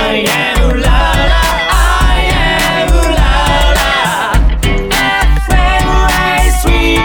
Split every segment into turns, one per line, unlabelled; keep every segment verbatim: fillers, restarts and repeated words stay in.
I am ララ I am ララ エフエム エースリ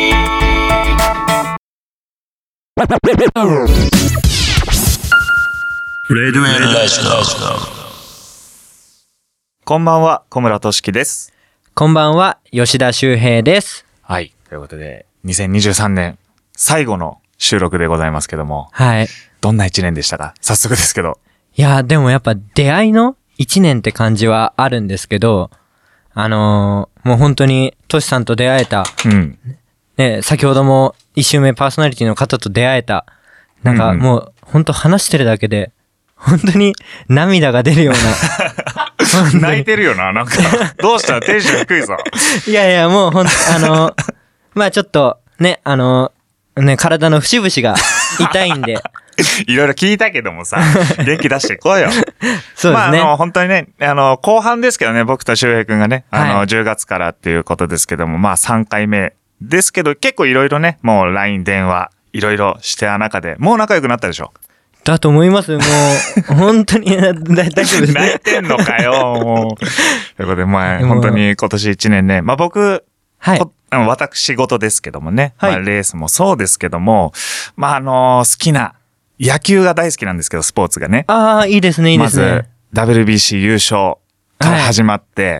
ー レディオエルラジオ。
こんばんは、小村俊樹です。
こんばんは、吉田修平です。
はい、ということでにせんにじゅうさんねん最後の収録でございますけども、
はい。
どんな一年でしたか？早速ですけど。
いや、でもやっぱ出会いの一年って感じはあるんですけど、あのー、もう本当にトシさんと出会えた、
うん、
ね、先ほども一周目パーソナリティの方と出会えた、なんかもう本当話してるだけで本当に涙が出るような
泣いてるよな、なんかどうしたテンション低いぞ。
いやいや、もうほんとあのー、まあちょっとね、あのー、ね、体の節々が痛いんで
いろいろ聞いたけどもさ、元気出していこうよ。
そうですね。
まあ、あの、本当にね、あの、後半ですけどね、僕と周平くんがね、あの、はい、じゅうがつからっていうことですけども、まあさんかいめですけど、結構いろいろね、もう ライン、電話、いろいろしてた中で、もう仲良くなったでしょ？
だと思います。もう、本当に大丈夫ですね。
泣いてんのかよ、もう。ということで、まあ、本当に今年いちねんね、まあ僕、はい。私事ですけどもね、はい、まあレースもそうですけども、まああのー、好きな、野球が大好きなんですけど、スポーツがね。
ああ、いいですね、いいですね。
まず、ダブリュービーシー 優勝から始まって、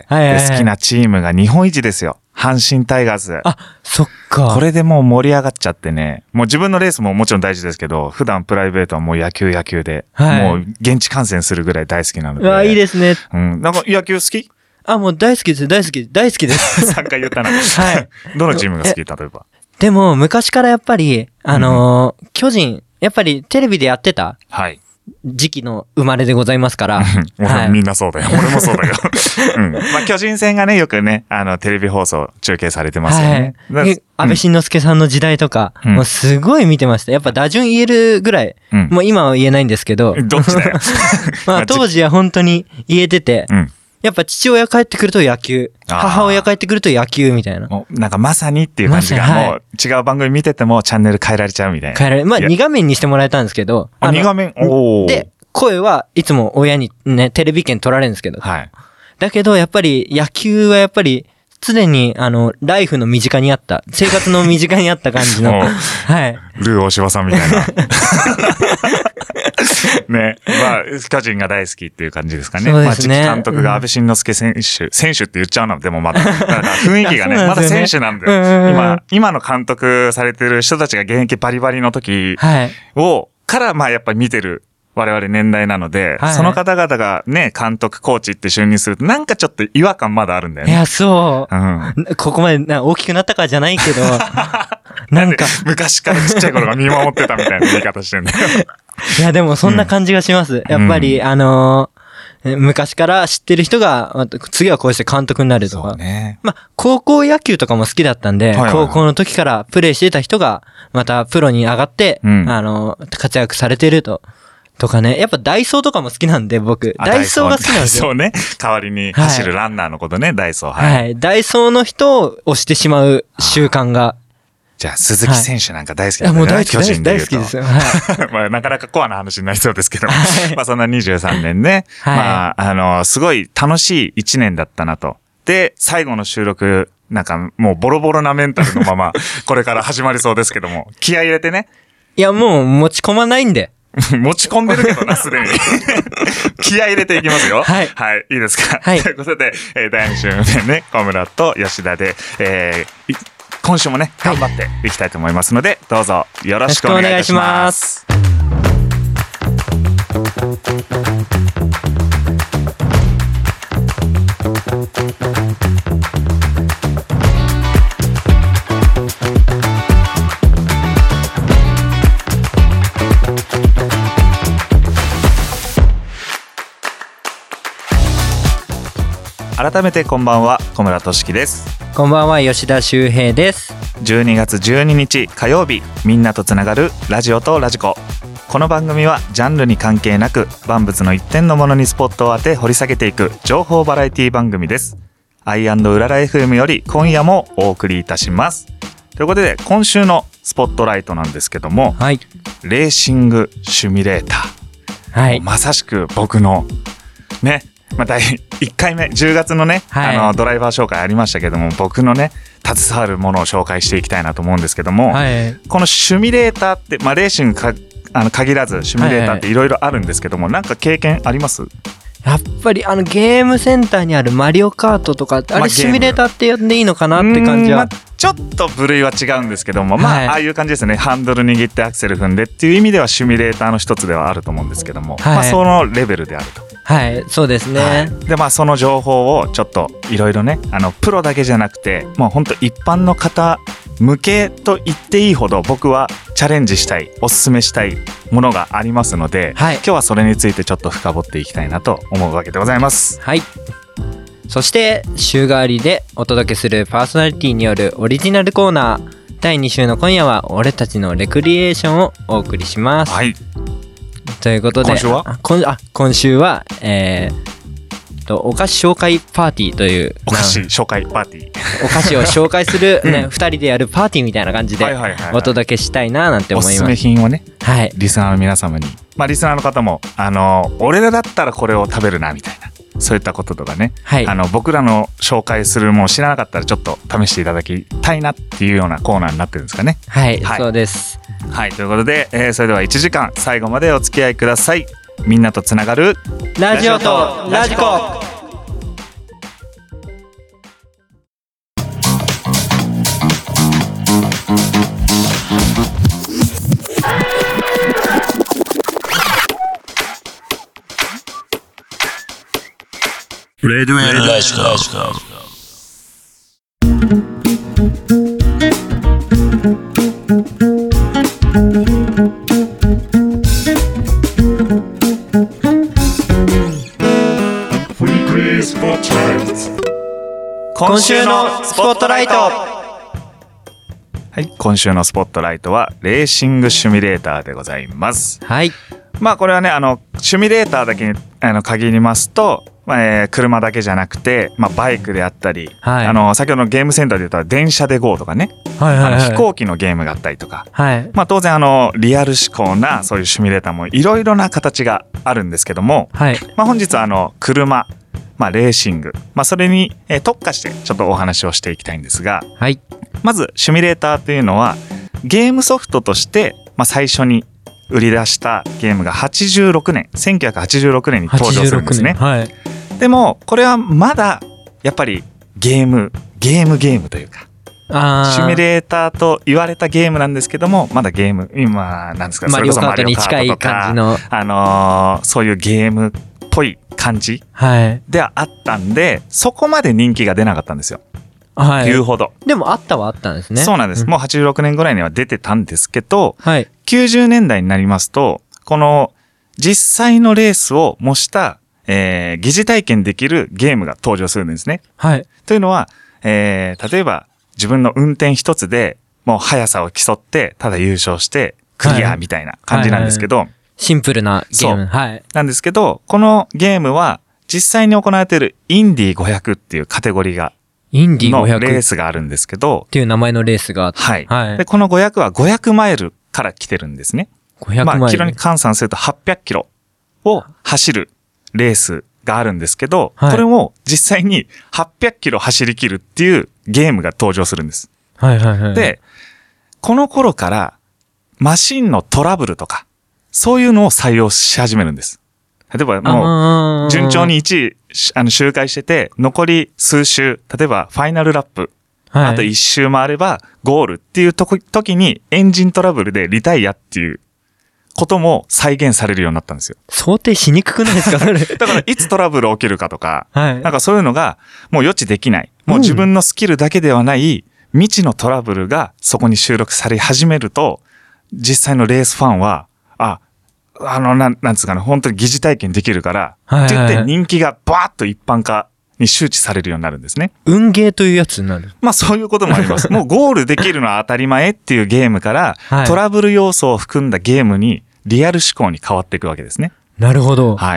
はいはいはいはい、で好きなチームが日本一ですよ。阪神タイガース。
あ、そっか。
これでもう盛り上がっちゃってね。もう自分のレースももちろん大事ですけど、普段プライベートはもう野球野球で、はい、もう現地観戦するぐらい大好きなので。
あ、いいですね。
うん。なんか野球好き？
あ、もう大好きです、大好き、大好きです。
さんかい言ったな。はい。どのチームが好き？例えば。で
も、昔からやっぱり、あのーうん、巨人、やっぱりテレビでやってた時期の生まれでございますから。
はい、みんなそうだよ。俺もそうだよ。うん。まあ、巨人戦がね、よくね、あの、テレビ放送中継されてますよね。
はい、安倍晋之助さんの時代とか、うん、もうすごい見てました。やっぱ打順言えるぐらい、うん、もう今は言えないんですけど。
どっちだよ。
まあ、当時は本当に言えてて、うん、やっぱ父親帰ってくると野球、母親帰ってくると野球みたいな。
なんかまさにっていう感じが、もう違う番組見ててもチャンネル変えられちゃうみたいな。
変えられ、まあに画面にしてもらえたんですけど。
あ、に画面おー。
で、声はいつも親にね、テレビ券取られるんですけど。はい。だけどやっぱり野球はやっぱり常にあの、ライフの身近にあった、生活の身近にあった感じの。はい。
ルー大柴さんみたいな。ね。まあ、巨人が大好きっていう感じですかね。
そうですね。
まあ、監督が安倍晋之助選手、選手って言っちゃうのでもまだ、だから雰囲気がね、まだ選手なんだよ。今、今の監督されてる人たちが現役バリバリの時を、から、まあやっぱり見てる我々年代なので、はい、その方々がね、監督、コーチって就任すると、なんかちょっと違和感まだあるんだよね。
いや、そう。うん、ここまでな大きくなったからじゃないけど、
なんか。昔からちっちゃい頃が見守ってたみたいな言い方してるんだよ。
いや、でもそんな感じがします。うん、やっぱり、あのー、昔から知ってる人が、次はこうして監督になるとか。そうね。まあ、高校野球とかも好きだったんで、はいはいはい、高校の時からプレイしてた人が、またプロに上がって、うん、あのー、活躍されてると。とかね。やっぱダイソーとかも好きなんで、僕。ダイソーが好きなんですよ。
ダイソーね。代わりに走るランナーのことね、はい、ダイソー。
はい。はい。ダイソーの人を押してしまう習慣が。
じゃあ、鈴木選手なんか大好きなんだよね。
はい、もう大好き、巨人で言うと大好きですよ。はい。
まあ、なかなかコアな話になりそうですけど。はい、まあ、そんなにじゅうさんねんね。はい。まあ、あの、すごい楽しいいちねんだったなと。で、最後の収録、なんかもうボロボロなメンタルのまま、これから始まりそうですけども、気合い入れてね。
いや、もう持ち込まないんで。
持ち込んでるけどな、すでに。気合い入れていきますよ。はい。はい。いいですか。はい。ということで、えー、だいに週目ね、小村と吉田で、えー、今週もね、頑張っていきたいと思いますので、どうぞよろしくお願いいたします。改めてこんばんは、小村俊樹です。
こんばんは、吉田修平です。
じゅうにがつじゅうににち火曜日、みんなとつながるラジオとラジコ。この番組はジャンルに関係なく万物の一点のものにスポットを当て掘り下げていく情報バラエティ番組です。アイ&うらら エフエム より今夜もお送りいたします。ということで今週のスポットライトなんですけども、はい、レーシングシミュレーター、はい、まさしく僕のね。まあ、第いっかいめじゅうがつのね、はい、あのドライバー紹介ありましたけども、僕のね携わるものを紹介していきたいなと思うんですけども、はい、このシミュレーターって、まあ、レーシングかあの限らずシミュレーターっていろいろあるんですけども、はいはい、なんか経験あります？
やっぱりあのゲームセンターにあるマリオカートとか、あれシミュレーターって呼んでいいのかなって感じは、まあ、
ちょっと部類は違うんですけども、まあ、はい、ああいう感じですね。ハンドル握ってアクセル踏んでっていう意味ではシミュレーターの一つではあると思うんですけども、はい、まあ、そのレベルであると。
はい、そうですね。はい、
でまあその情報をちょっといろいろね、あのプロだけじゃなくてもう本当一般の方向けと言っていいほど僕はチャレンジしたい、おすすめしたいものがありますので、はい、今日はそれについてちょっと深掘っていきたいなと思うわけでございます。
はい。そして週替わりでお届けするパーソナリティによるオリジナルコーナーだいに週の今夜は俺たちのレクリエーションをお送りします。
はい。
ということで
今週は
あ今あ今週は、えー、とお菓子紹介パーティーという
お菓子紹介パーティー
お菓子を紹介する、ね、ふたりでやるパーティーみたいな感じでお届けしたいななんて思います。
おすすめ品をね、
はい、
リスナーの皆様に、まあ、リスナーの方もあの俺らだったらこれを食べるなみたいな、そういったこととかね、はい、あの僕らの紹介するものを知らなかったらちょっと試していただきたいなっていうようなコーナーになってるんですかね。
はい、はい、そうです。
はい、ということで、えー、それではいちじかん最後までお付き合いください。みんなとつながる
ラジオとラジコ。
レディオラジコ。
今週のスポットライト。
はい、今週のスポットライトはレーシングシミュレーターでございます。
はい。
まあこれはね、あのシミュレーターだけにあの限りますと、まあえー、車だけじゃなくて、まあ、バイクであったり、はい、あの先ほどのゲームセンターで言ったら電車で ゴー とかね、はいはいはい、あの飛行機のゲームがあったりとか、はい、まあ、当然あのリアル思考なそういうシミュレーターもいろいろな形があるんですけども、はい、まあ、本日はあの車、まあ、レーシング、まあ、それに、えー、特化してちょっとお話をしていきたいんですが、はい、まずシミュレーターというのはゲームソフトとして、まあ、最初に売り出したゲームがはちじゅうろくねんせんきゅうひゃくはちじゅうろくねんに登場するんですね。はい、でもこれはまだやっぱりゲームゲームゲームというか、あシミュレーターと言われたゲームなんですけども、まだゲーム今なんですか、それこそマリオカートとか、あのー、そういうゲームっぽい感じではあったんで、そこまで人気が出なかったんですよ。はい、言うほど。
でもあったはあったんですね。
そうなんです。もうはちじゅうろくねんぐらいには出てたんですけど、はい、きゅうじゅうねんだいになりますと、この実際のレースを模した、えー、疑似体験できるゲームが登場するんですね。はい。というのは、えー、例えば自分の運転一つでもう速さを競ってただ優勝してクリアみたいな感じなんですけど、はいはいはい、
シンプルなゲーム。はい。
なんですけど、このゲームは実際に行われているインディーごひゃくっていうカテゴリーが
インディーごひゃく
のレースがあるんですけど、
っていう名前のレースがあって、
はい。はい、でこのごひゃくはごひゃくマイルから来てるんですね。
ごひゃくマイル。
まあキロに換算するとはっぴゃくキロを走るレースがあるんですけど、はい、これも実際にはっぴゃくキロ走り切るっていうゲームが登場するんです。はいはいはい。で、この頃からマシンのトラブルとかそういうのを採用し始めるんです。例えばもう順調にいちいあの周回してて残り数周、例えばファイナルラップ、はい、あといち周回ればゴールっていうとこ時にエンジントラブルでリタイアっていうことも再現されるようになったんですよ。
想定しにくくないですかそれ。
だからいつトラブル起きるかとか、はい、なんかそういうのがもう予知できない。もう自分のスキルだけではない未知のトラブルがそこに収録され始めると、実際のレースファンは、あ、あの、なん、なんつうかな、本当に疑似体験できるから、はいはいはい、って言って人気がバーッと一般化に周知されるようになるんですね。
運ゲーというやつになる。
まあそういうこともあります。もうゴールできるのは当たり前っていうゲームから、はい、トラブル要素を含んだゲームにリアル思考に変わっていくわけですね。
なるほど。
はい。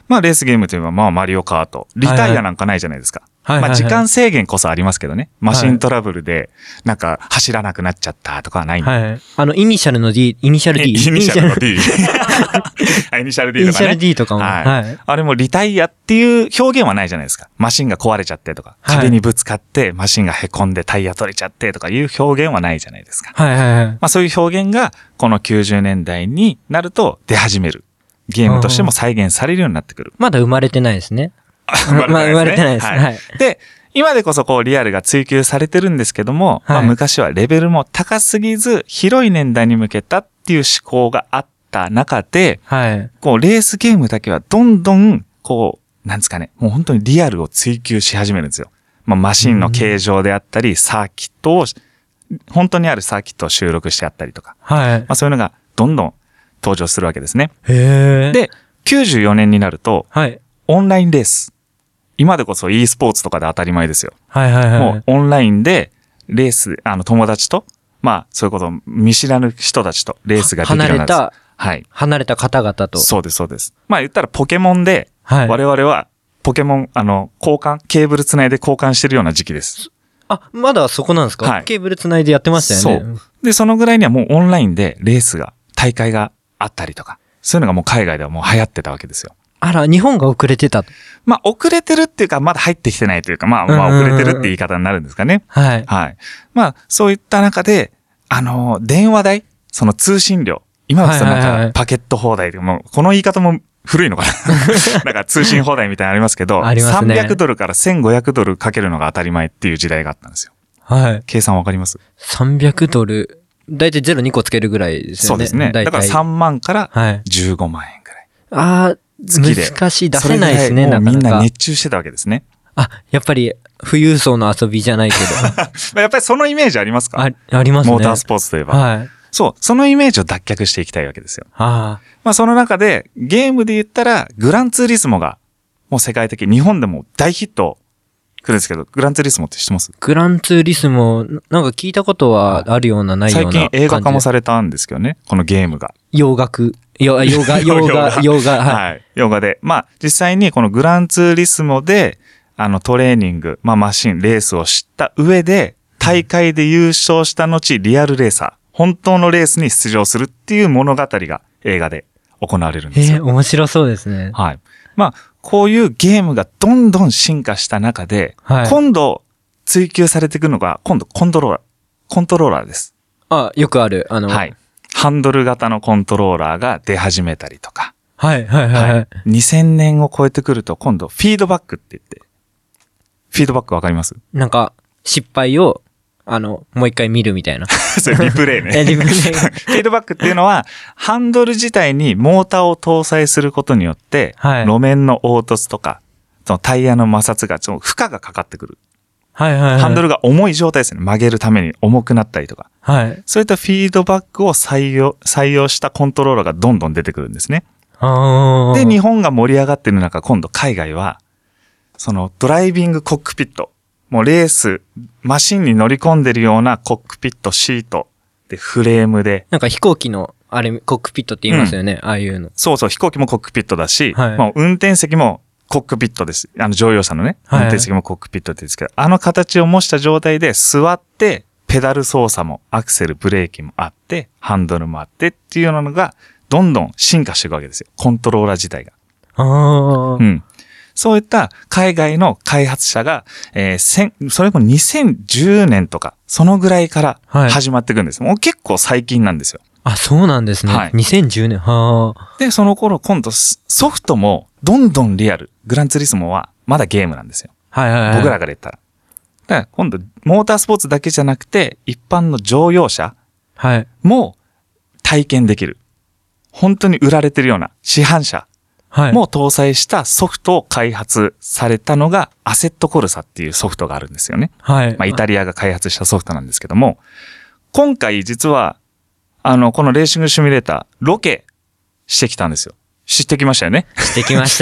まあレースゲームといえばまあマリオカート。リタイアなんかないじゃないですか。はいはい、まあ時間制限こそありますけどね。マシントラブルでなんか走らなくなっちゃったとかはないんで。
はい。あの、イニシャルの D、イニシャル D。
イニシャルの D。イニシャル D とかね。
イニシャル D とかも。
はい。はい、あれもリタイアっていう表現はないじゃないですか。マシンが壊れちゃってとか、壁にぶつかってマシンが凹んでタイヤ取れちゃってとかいう表現はないじゃないですか。
はいはいはい。ま
あそういう表現がこのきゅうじゅうねんだいになると出始める。ゲームとしても再現されるようになってくる。
まだ生まれてないですね。
生まれてないですね。
まあ、生まれてないです。はい。はい、
で、今でこそこうリアルが追求されてるんですけども、はい、まあ昔はレベルも高すぎず広い年代に向けたっていう思考があった中で、はい、こうレースゲームだけはどんどんこう、なんですかね、もう本当にリアルを追求し始めるんですよ。まあマシンの形状であったり、サーキットを、本当にあるサーキットを収録してあったりとか、はい、まあそういうのがどんどん登場するわけですね。
へー。
で、きゅうじゅうよねんになると、はい、オンラインレース。今でこそ e スポーツとかで当たり前ですよ。
はいはいはい。
もうオンラインでレース、あの友達と、まあそういうこと見知らぬ人たちとレースができるようになるんです。
離れた、はい。離れた方々と。
そうですそうです。まあ言ったらポケモンで、はい、我々はポケモン、あの、交換、ケーブルつないで交換してるような時期です。
あ、まだそこなんですか？はい。ケーブルつないでやってましたよね。
そう。で、そのぐらいにはもうオンラインでレースが、大会があったりとか、そういうのがもう海外ではもう流行ってたわけですよ。
あら、日本が遅れてた。
まあ、遅れてるっていうか、まだ入ってきてないというか、まあ、まあ、遅れてるって言い方になるんですかね。
はい。
はい。まあ、そういった中で、あの、電話代、その通信料、今はなんか、パケット放題で、もう、この言い方も古いのかななんか通信放題みたいなのありますけど、
ありますね。
さんびゃくドルからせんごひゃくドルかけるのが当たり前っていう時代があったんですよ。
はい。
計算わかります？
さんびゃくドル。だいたいゼロにこつけるぐらいですよね。
そうですね。だからさんまんからじゅうごまんえんぐらい。
はい、ああ、難しい。出せないですね、
なかなか。みんな熱中してたわけですね。
あ、やっぱり、富裕層の遊びじゃないけ
ど。やっぱりそのイメージありますか？
あ、ありますね。
モータースポーツといえば。
はい。
そう。そのイメージを脱却していきたいわけですよ。
ああ。
まあその中で、ゲームで言ったら、グランツーリスモが、もう世界的、日本でも大ヒット来るんですけど、グランツーリスモって知ってます？
グランツーリスモ、なんか聞いたことはあるような、ないような。
最近映画化もされたんですけどね、このゲームが。
洋楽。洋洋画、洋画、洋画、
はい。洋画で。まあ、実際にこのグランツーリスモで、あの、トレーニング、まあ、マシン、レースを知った上で、大会で優勝した後、リアルレーサー、本当のレースに出場するっていう物語が映画で行われるんですよ。
えー、面白そうですね。
はい。まあ、こういうゲームがどんどん進化した中で、はい、今度追求されていくのが、今度コントローラー。コントローラーです。
あ、よくある。あの、
はい。ハンドル型のコントローラーが出始めたりとか。
はい、はい、はい、はい。
にせんねんを超えてくると、今度フィードバックって言って、フィードバックわかります？
なんか、失敗を、あの、もう一回見るみたいな。
それリプレイね。
リプレイ。
フィードバックっていうのは、ハンドル自体にモーターを搭載することによって、はい、路面の凹凸とか、そのタイヤの摩擦が、その負荷がかかってくる。
はいはいはい。
ハンドルが重い状態ですね。曲げるために重くなったりとか。
はい。
そういったフィードバックを採用、採用したコントローラーがどんどん出てくるんですね。
あ
で、日本が盛り上がってる中、今度海外は、そのドライビングコックピット。もうレース、マシンに乗り込んでるようなコックピットシートでフレームで。
なんか飛行機の、あれ、コックピットって言いますよね、うん、ああいうの。
そうそう、飛行機もコックピットだし、
はい、
もう運転席もコックピットです。あの乗用車のね、運転席もコックピットですけど、はい、あの形を模した状態で座って、ペダル操作もアクセル、ブレーキもあって、ハンドルもあってっていうのが、どんどん進化していくわけですよ。コントローラー自体が。
ああ。
うん。そういった海外の開発者が、えー、せん、それもにせんじゅうねんとか、そのぐらいから始まっていくんです。はい、もう結構最近なんですよ。
あ、そうなんですね。はい。にせんじゅうねん。はあ。
で、その頃今度ソフトもどんどんリアル。グランツーリスモはまだゲームなんですよ。
はいはいはい。
僕らから言ったら。だから今度、モータースポーツだけじゃなくて、一般の乗用車も体験できる。本当に売られてるような市販車。
はい。
も搭載したソフトを開発されたのがアセットコルサっていうソフトがあるんですよね。
はい。
まあイタリアが開発したソフトなんですけども、今回実は、あの、このレーシングシミュレーター、ロケしてきたんですよ。知ってきましたよね。
してきました。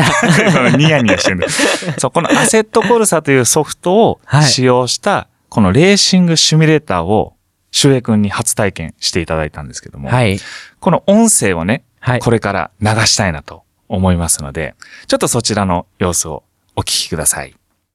ニヤニヤしてるんです。そう、このアセットコルサというソフトを使用した、このレーシングシミュレーターを、周平君に初体験していただいたんですけども、
はい。
この音声をね、
はい、
これから流したいなと思いますので、ちょっとそちらの様子をお聞きください。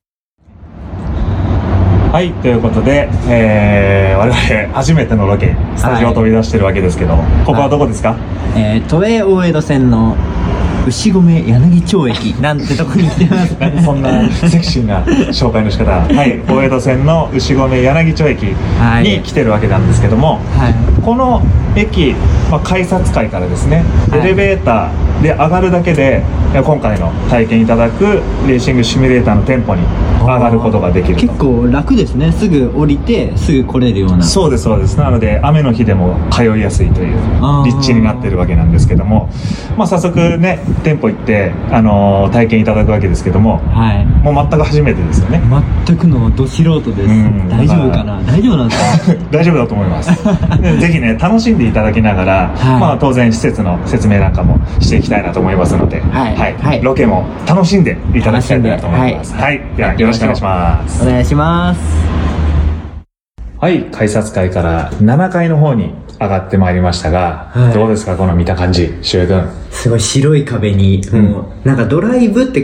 はい、ということで、えー、我々初めてのロケ、スタジオを飛び出してるわけですけど、はい、ここはどこですか？
えー、都営大江戸線の牛込柳町駅なんてとこに来てますかね。
そんなセクシーな紹介の仕方。はい、大江戸線の牛込柳町駅に来てるわけなんですけども、はい、この駅、まあ、改札階からですね、はい、エレベーターで上がるだけで今回の体験いただくレーシングシミュレーターの店舗に上がることができると。
結構楽ですね。すぐ降りてすぐ来れるような。
そうですそうです。なので雨の日でも通いやすいという立地になってるわけなんですけども、まあ、早速ね店舗行って、あのー、体験いただくわけですけども、はい、もう全く初めてですよね。
全くのど素人です。大丈夫かな。大丈夫なんですか？
大丈夫だと思います。ぜひね楽しんでいただきながら、はい、まあ、当然施設の説明なんかもしていきたいなと思いますので、はいはいはい、ロケも楽しんでいただきたいなと思います。はい、はい、ではよろしくお願いします。
お願いします。
はい、改札階からななかいの方に上がってまいりましたが、はい、どうですかこの見た感じ、しゅうくん。
すごい白い壁に、うん、もうなんかドライブって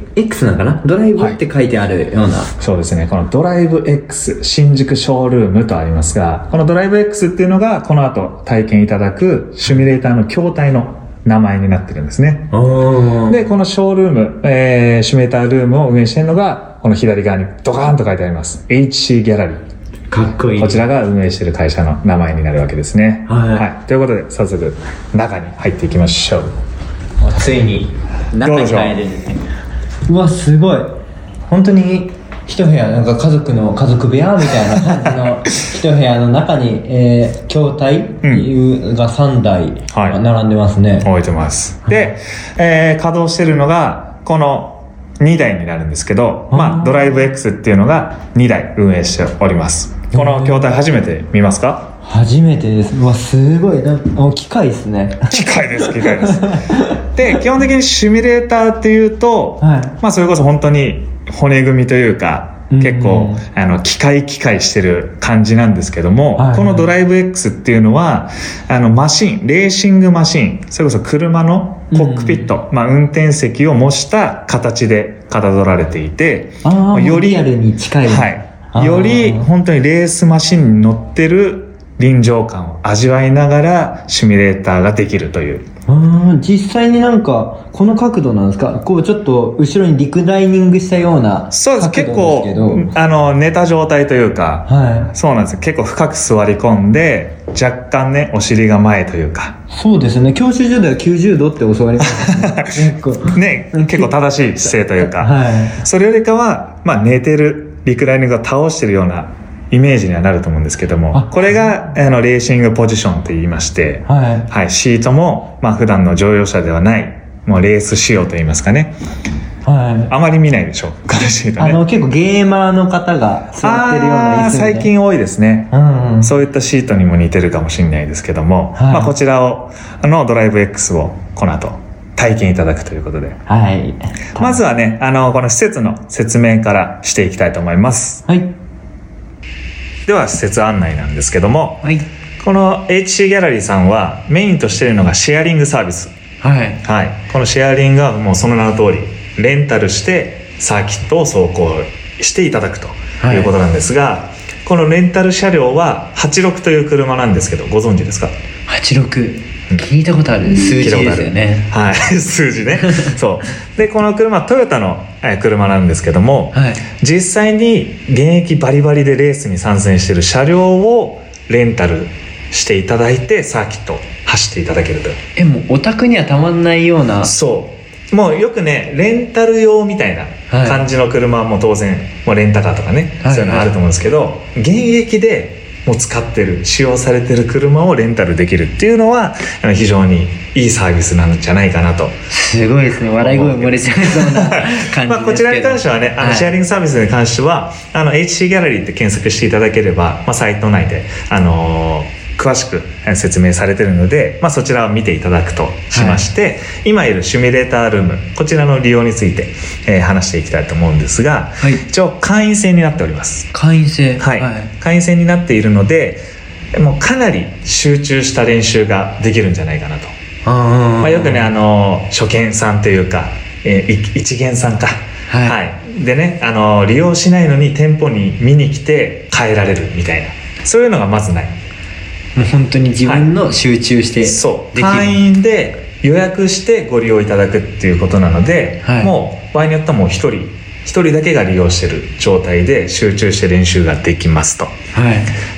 X なのかな、ドライブって書いてあるような、はい、
そうですね。このドライブ X 新宿ショールームとありますが、このドライブ X っていうのがこの後体験いただくシミュレーターの筐体の名前になってるんですね。で、このショールーム、えー、シミュレータールームを運営しているのがこの左側にドカーンと書いてあります エイチシー ギャラリー。
かっこいい。
こちらが運営している会社の名前になるわけですね。はい。はい、ということで早速中に入っていきましょう。
ついに中に入れる。うわすごい。本当に一部屋なんか家族の家族部屋みたいな感じの一部屋の中に、えー、筐体がさんだい並んでますね。
はい、置いてます。で、えー、稼働してるのがこのにだいになるんですけど、まあドライブ X っていうのがにだい運営しております。この筐体初めて見ますか？
初めてです。うわすごいな。機械ですね。
機械です機械です。で基本的にシミュレーターっていうと、はい、まあそれこそ本当に骨組みというか結構あの機械機械してる感じなんですけども、はいはい、このドライブ X っていうのはあのマシン、レーシングマシン、それこそ車のコックピット、うん、まあ運転席を模した形でかたどられていて、
よりリアルに近い、
はい、より本当にレースマシンに乗ってる臨場感を味わいながらシミュレーターができるという。
あ、実際になんかこの角度なんですか？こうちょっと後ろにリクライニングしたような角度ですけど。そうです。結構
あの寝た状態というか、はい、そうなんですよ。結構深く座り込んで若干ねお尻が前というか。
そうですね。教習所ではきゅうじゅうどって教わりますね。
結構ね結構正しい姿勢というか、はい、それよりかはまあ寝てるリクライニングを倒してるようなイメージにはなると思うんですけども、これがあのレーシングポジションと言いまして、はいはい、シートも、まあ、普段の乗用車ではないもうレース仕様と言いますかね、はい、あまり見ないでしょうこのシートね。
あの結構ゲーマーの方が座ってるような椅子で、
最近多いですね、うんうん、そういったシートにも似てるかもしれないですけども、はい、まあ、こちらをあのドライブ X をこの後体験いただくということで、はい、まずはねあのこの施設の説明からしていきたいと思います。はい、では施設案内なんですけども、はい、この エイチシー ギャラリーさんはメインとしているのがシェアリングサービス、はいはい、このシェアリングはもうその名の通りレンタルしてサーキットを走行していただくということなんですが、はい、このレンタル車両ははちじゅうろくという車なんですけどご存知ですか？
はちじゅうろく、聞いたことある数字ですよね。
はい、数字ね。そう。で、この車はトヨタの車なんですけども、はい、実際に現役バリバリでレースに参戦している車両をレンタルしていただいてサーキットを走っていただけると。
え、もうお宅にはたまんないような。
そう。もうよくね、レンタル用みたいな感じの車はもう当然、もうレンタカーとかね、はい、そういうのあると思うんですけど、はいはい、現役でもう使ってる使用されてる車をレンタルできるっていうのは非常にいいサービスなんじゃないかなと。
すごいですね。笑い声漏れちゃいそうな感じですけどまあ
こちらに関してはね、あのシェアリングサービスに関しては、はい、あの エイチシー ギャラリーって検索していただければ、まあ、サイト内であのー詳しく説明されているので、まあ、そちらを見ていただくとしまして、はい、今いるシミュレータールームこちらの利用について、えー、話していきたいと思うんですが、はい、一応会員制になっております。
会員制、
はい、はい、会員制になっているのでもうかなり集中した練習ができるんじゃないかなとまあ、よくねあの初見さんというか、えー、一元さんか、はいはい、でねあの利用しないのに店舗に見に来て変えられるみたいな、そういうのがまずない。
もう本当に自分の集中して、はい、
そう会員で予約してご利用いただくっていうことなので、はい、もう場合によってはもう一人一人だけが利用してる状態で集中して練習ができますと、はい、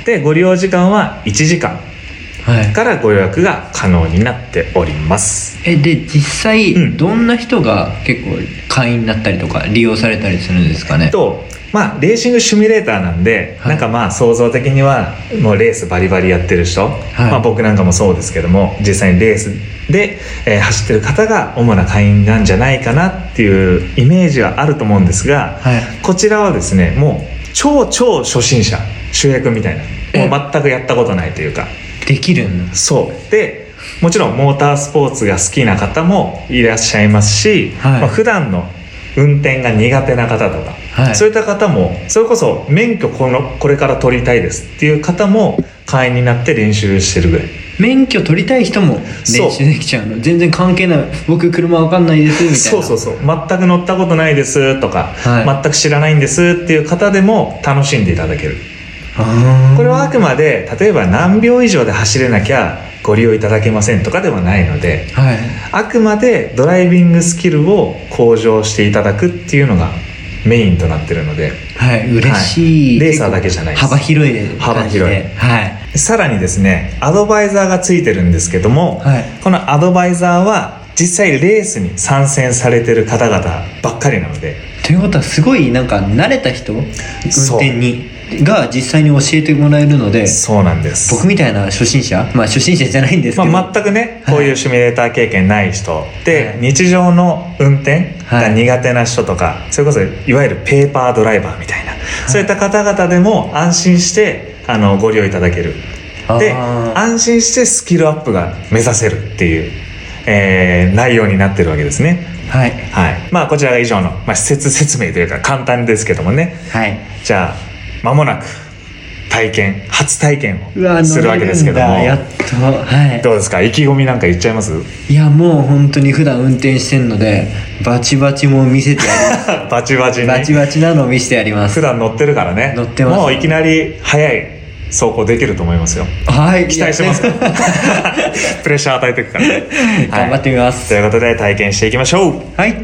でご利用時間はいちじかんからご予約が可能になっております。
えで実際、うん、どんな人が結構会員になったりとか利用されたりするんですかね。
とまあレーシングシミュレーターなんで、はい、なんかまあ想像的にはもうレースバリバリやってる人、はいまあ、僕なんかもそうですけども実際にレースで、えー、走ってる方が主な会員なんじゃないかなっていうイメージはあると思うんですが、はい、こちらはですねもう超超初心者主役みたいなもう全くやったことないというか
できるんだ。
そうでもちろんモータースポーツが好きな方もいらっしゃいますし、はいまあ、普段の運転が苦手な方とか、はい、そういった方もそれこそ免許このこれから取りたいですっていう方も会員になって練習してるぐらい。
免許取りたい人も練習できちゃうの。全然関係ない僕車わかんないですみたいな。
そうそうそう全く乗ったことないですとか、はい、全く知らないんですっていう方でも楽しんでいただける。これはあくまで例えば何秒以上で走れなきゃご利用いただけませんとかではないので、はい、あくまでドライビングスキルを向上していただくっていうのがメインとなってるので、
はい、嬉しい、
はい、レーサーだけじゃないです。
幅広い感じで
幅広い、はい、さらにですねアドバイザーがついてるんですけども、はい、このアドバイザーは実際レースに参戦されてる方々ばっかりなので。
ということはすごいなんか慣れた人運転にが実際に教えてもらえるので。
そうなんです。
僕みたいな初心者まあ初心者じゃないんですけど、
まあ、全くねこういうシミュレーター経験ない人で、はい、日常の運転が苦手な人とか、はい、それこそいわゆるペーパードライバーみたいな、はい、そういった方々でも安心してあのご利用いただける。で安心してスキルアップが目指せるっていう、えー、内容になってるわけですね。はい、はい、まあこちらが以上の、まあ、施設説明というか簡単ですけどもね、はい、じゃあ間もなく体験初体験をするわけですけども、
やっと、はい、
どうですか意気込みなんか言っちゃいます？
いやもう本当に普段運転してるのでバチバチも見せてやります
バチバチに
バチバチなのを見せてやります。
普段乗ってるからね。
乗ってます。
もういきなり速い走行できると思いますよ。
はい、
期待してますかプレッシャー与えていくから、ね、
頑張ってみます、
はい、ということで体験していきましょう。
はい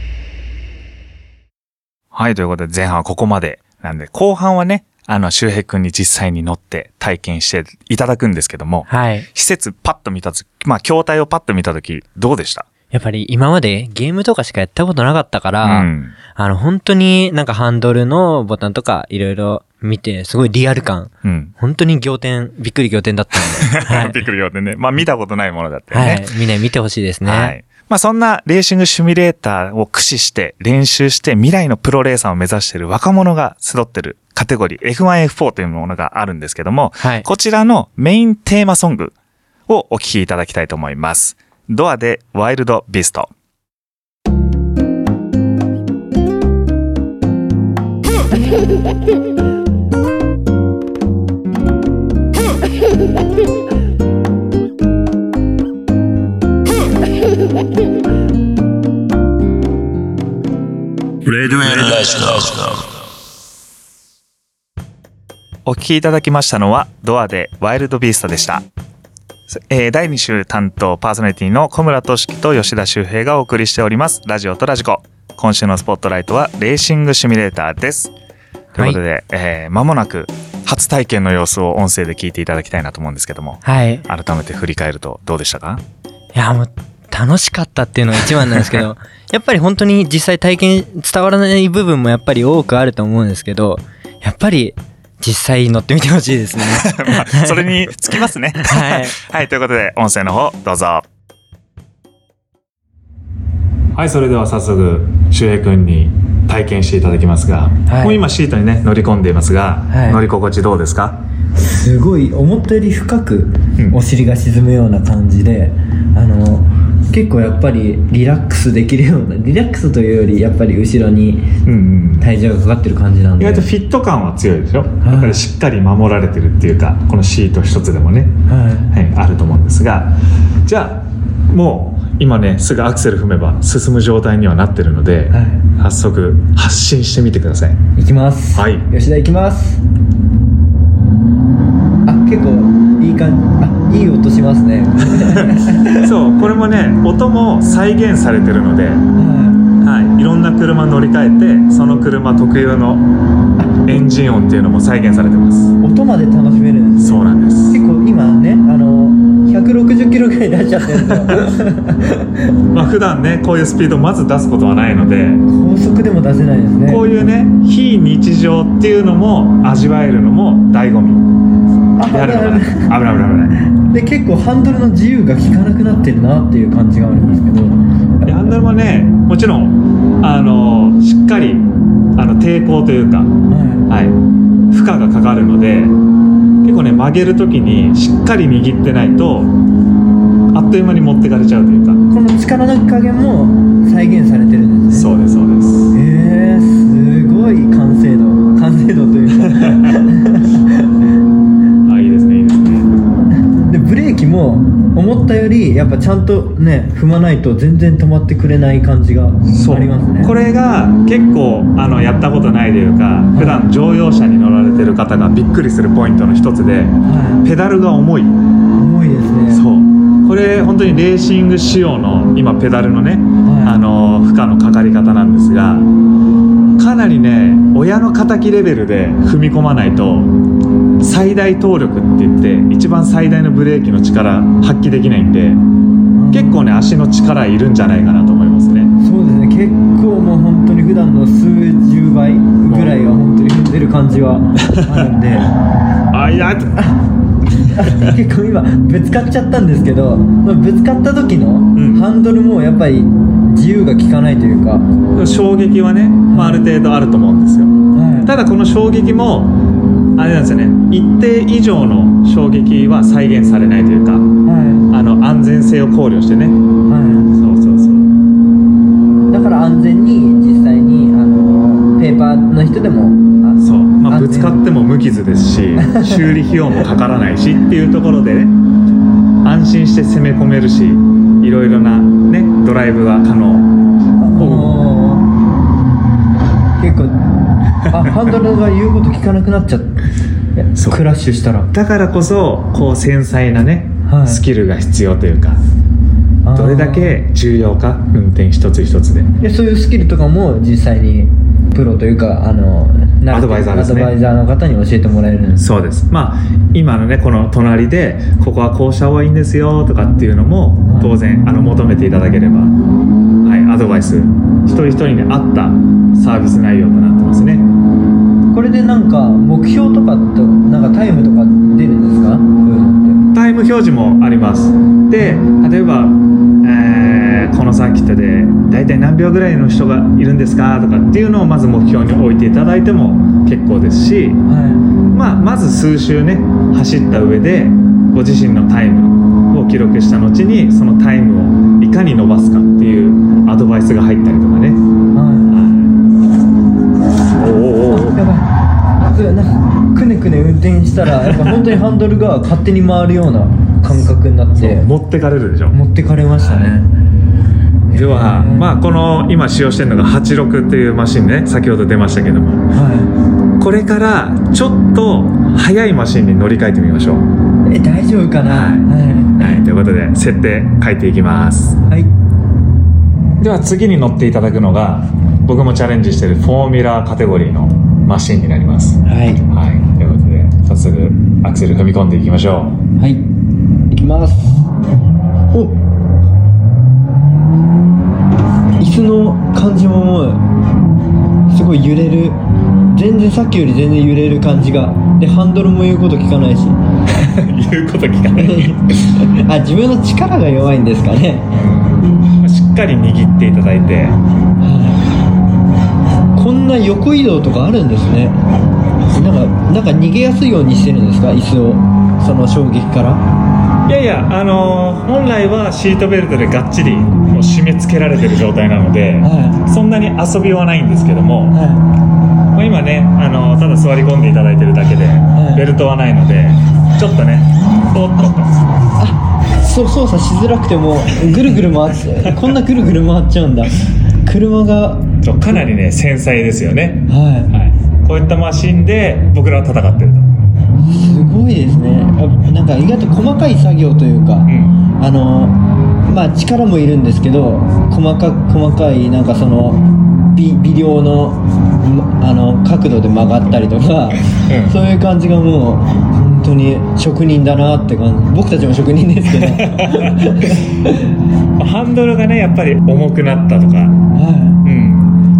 はい、ということで前半はここまでなんで後半はねあの周平くんに実際に乗って体験していただくんですけども、はい、施設パッと見たときまあ筐体をパッと見たときどうでした？
やっぱり今までゲームとかしかやったことなかったから、うん、あの本当になんかハンドルのボタンとかいろいろ見てすごいリアル感、うん、本当に仰天びっくり仰天だったんで、はい、
びっくり仰天ね。まあ見たことないものだったよね。
はい、みんな見てほしいですね。はい、
まあそんなレーシングシミュレーターを駆使して練習して未来のプロレーサーを目指している若者が集ってるカテゴリー エフワンエフフォー というものがあるんですけども、はい、こちらのメインテーマソングをお聴きいただきたいと思います。ドアでワイルドビースト。レディオラジオ。お聴きいただきましたのはドアでワイルドビーストでした。えー、だいに週担当パーソナリティの小村俊樹と吉田修平がお送りしておりますラジオとラジコ。今週のスポットライトはレーシングシミュレーターです。ということで、はい、えー、間もなく初体験の様子を音声で聞いていただきたいなと思うんですけども、はい、改めて振り返るとどうでしたか？
いやもう楽しかったっていうのが一番なんですけどやっぱり本当に実際体験伝わらない部分もやっぱり多くあると思うんですけど、やっぱり実際乗ってみてほしいですね
まあ、それにつきますねはい、はい、ということで音声の方どうぞ。はい、それでは早速周平くんに体験していただきますが、はい、もう今シートにね乗り込んでいますが、はい、乗り心地どうですか？
すごい思ったより深くお尻が沈むような感じで、うん、あの結構やっぱりリラックスできるような、リラックスというよりやっぱり後ろに体重がかかってる感じなんで、
意外とフィット感は強いでしょ、はい、やっぱりしっかり守られてるっていうかこのシート一つでもね、はいはい、あると思うんですが、じゃあもう今ねすぐアクセル踏めば進む状態にはなってるので、はい、早速発進してみてください。
行きます。
はい、
吉田行きます。あ、結構いい感じ、あ、いい音しますね
そうこれもね音も再現されてるので、はいはい、いろんな車乗り換えてその車特有のエンジン音っていうのも再現されてます。
音まで楽しめるんですね。
そうなんです。
結構今ね、あのひゃくろくじゅっキロぐらい出しちゃってるんですよ
まあ普段ねこういうスピードまず出すことはないので、
高速でも出せないですね。
こういうね非日常っていうのも味わえるのも醍醐味であるのかな。危ない危ない危ない
で結構ハンドルの自由が利かなくなってるなっていう感じがあるんですけど、
ハンドルもねもちろんあのしっかりあの抵抗というか、はいはい、負荷がかかるので結構ね曲げるときにしっかり握ってないとあっという間に持ってかれちゃうというか、
この力の加減も再現されてるんですね。
そうですそうです。
へー、すごい完成度完成度というか
あ、いいですねいいですね。
でブレーキも思ったよりやっぱちゃんとね踏まないと全然止まってくれない感じがありますね。
これが結構あのやったことないというか、普段乗用車に乗られてる方がびっくりするポイントの一つで、はい、ペダルが重い
重いですね。
そうこれ本当にレーシング仕様の今ペダルのね、はい、あの負荷のかかり方なんですが、かなりね親の敵レベルで踏み込まないと最大動力って言って一番最大のブレーキの力発揮できないんで、結構ね足の力いるんじゃないかなと思いますね。
そうですね、結構もう本当に普段の数十倍ぐらいは本当に踏んでる感じはあるんで
あ、いや
結構今ぶつかっちゃったんですけど、ぶつかった時のハンドルもやっぱり自由が利かないというか、
うん、衝撃はね、まあ、ある程度あると思うんですよ、はい、ただこの衝撃もあれなんですよね、一定以上の衝撃は再現されないというか、はい、あの安全性を考慮してね、はい、そうそうそう、
だから安全に実際にあのペーパーの人でも
そう、まあ、ぶつかっても無傷ですし修理費用もかからないしっていうところでね、安心して攻め込めるし、いろいろな、ね、ドライブが可能。
結構あハンドルが言うこと聞かなくなっちゃってクラッシュしたら、
だからこそこう繊細なね、はい、スキルが必要というか、どれだけ重要か、運転一つ一つで。
でそういうスキルとかも実際にプロというかあの
アドバイザーですね、
アドバイザーの方に教えてもらえるんです。
そうです。まあ今のねこの隣でここはこうした方がいいんですよとかっていうのも当然、はい、あの求めていただければ、はい、アドバイス一人一人に合ったサービス内容となってますね。
これでなんか目標とかとなんかタイムとか出るんですか？
タイム表示もあります。で例えば、えー、このサーキットでだいたい何秒ぐらいの人がいるんですかとかっていうのをまず目標に置いていただいても結構ですし、はい、まあ、まず数周ね走った上でご自身のタイムを記録した後にそのタイムをいかに伸ばすかっていうアドバイスが入ったりとかね、はい、おおお
やばい、なんかくねくね運転したらやっぱ本当にハンドルが勝手に回るような感覚になって
持ってかれるでしょ。
持ってかれましたね。
では、まあ、この今使用してるのがはちじゅうろくっていうマシンね、先ほど出ましたけども、はい、これからちょっと速いマシンに乗り換えてみましょう。
え大丈夫かな、はい
はいはい、ということで設定変えていきます、はい、では次に乗っていただくのが僕もチャレンジしているフォーミュラーカテゴリーのマシンになります。はい、はい、ということで早速アクセル踏み込んでいきましょう。
はい、いきます。お椅子の感じももうすごい揺れる、全然さっきより全然揺れる感じがで、ハンドルも言うこと聞かないし
言うこと聞かない
あ、自分の力が弱いんですかね。
しっかり握っていただいて、
こんな横移動とかあるんですね。なんか、なんか逃げやすいようにしてるんですか、椅子を、その衝撃から。
いやいや、あのー、本来はシートベルトでがっちりもう締め付けられてる状態なので、はい、そんなに遊びはないんですけども、はい、まあ、今ね、あのー、ただ座り込んでいただいてるだけで、はい、ベルトはないのでちょっとね、おっとっと、
あ、 そう操作しづらくてもぐるぐる回ってこんなぐるぐる回っちゃうんだ。車が
かなりね繊細ですよね。
はい、
はい、こういったマシンで僕らは戦ってると。
すごいですね。なんか意外と細かい作業というか、うん、あのまあ力もいるんですけど、細か細かいなんかその微, 微量のあの角度で曲がったりとか、うん、そういう感じがもう本当に職人だなって感じ。僕たちも職人ですけど
ハンドルがねやっぱり重くなったとか、はい、うん、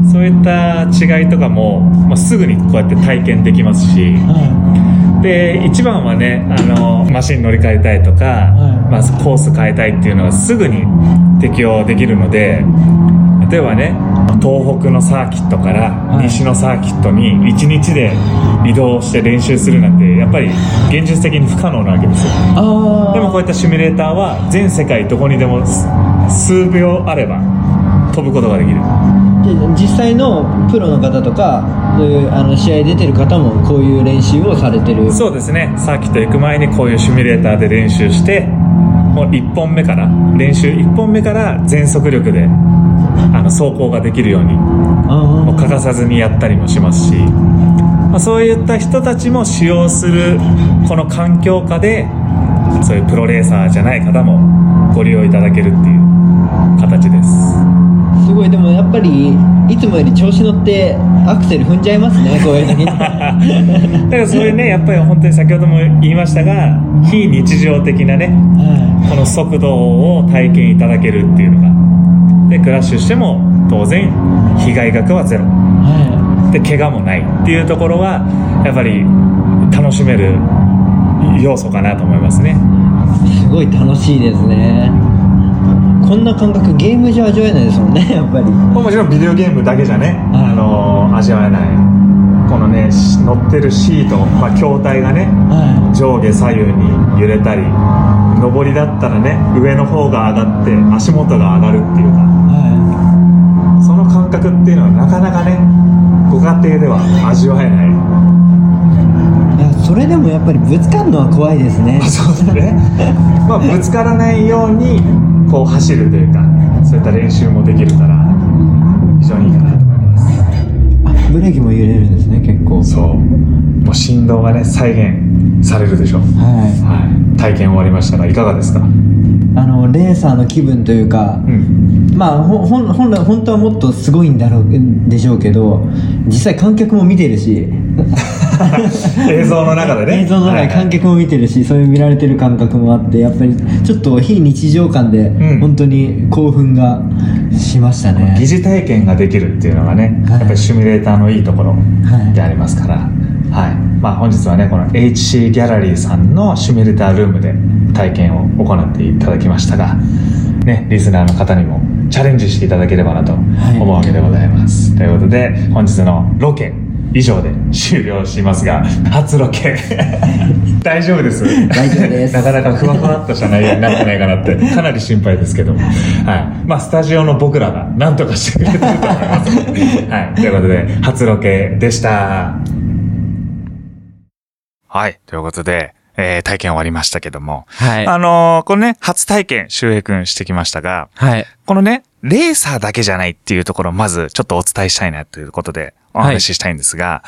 そういった違いとかも、まあ、すぐにこうやって体験できますし、はい、で一番はねあのマシン乗り換えたいとか、はい、まあ、コース変えたいっていうのはすぐに適用できるので、例えばね東北のサーキットから西のサーキットにいちにちで移動して練習するなんてやっぱり現実的に不可能なわけですよ。あでもこういったシミュレーターは全世界どこにでも数秒あれば飛ぶことができる。
で実際のプロの方とかそういうあの試合出てる方もこういう練習をされてる。
そうですね。サーキット行く前にこういうシミュレーターで練習してもういっぽんめから練習いっぽんめから全速力であの走行ができるようにもう欠かさずにやったりもしますし、まあ、そういった人たちも使用するこの環境下でそういうプロレーサーじゃない方もご利用いただけるっていう形です。
すごい。でもやっぱりいつもより調子乗ってアクセル踏んじゃいますね、こういう時にだ
からそういうねやっぱり本当に先ほども言いましたが非日常的なね、はい、この速度を体験いただけるっていうのがでクラッシュしても当然被害額はゼロ、はい、で怪我もないっていうところはやっぱり楽しめる要素かなと思いますね。
すごい楽しいですね。こんな感覚ゲームじゃ味わえないですもんね、やっぱり。
もちろんビデオゲームだけじゃね、はい、あのー、味わえない。このね乗ってるシート、まあ、筐体がね、はい、上下左右に揺れたり、上りだったらね上の方が上がって足元が上がるっていうか、はい、その感覚っていうのはなかなかねご家庭では味わえない。
いやそれでもやっぱりぶつかるのは怖いですね。
そうだねまあぶつからないようにこう走るというかそういった練習もできるから非常にいいかなと思います。
あブレーキも揺れるんですね結構。
そうもう振動がね再現されるでしょう、はいはい、体験終わりましたがいかがですか。
あのレーサーの気分というか、うん、まあほ本本来本当はもっとすごいんだろうでしょうけど実際観客も見てるし
映像の中でね
映像の中で観客も見てるし、はいはい、そういう見られてる感覚もあってやっぱりちょっと非日常感で本当に興奮がしましたね、
うん、疑似体験ができるっていうのがね、はい、やっぱりシミュレーターのいいところでありますから、はいはい、まあ、本日はねこの エイチシー ギャラリーさんのシミュレータールームで体験を行っていただきましたが、ね、リスナーの方にもチャレンジしていただければなと思うわけでございます、はい、ということで本日のロケ以上で終了しますが初ロケ大丈夫です
大丈夫です
なかなかふわふわっとした内容になってないかなってかなり心配ですけども、はい、まあスタジオの僕らが何とかしてくれてると思いますはい、ということで初ロケでした。はい。ということで、えー、体験終わりましたけども。はい。あのー、このね、初体験、周平くんしてきましたが、はい。このね、レーサーだけじゃないっていうところをまずちょっとお伝えしたいなということでお話ししたいんですが、はい、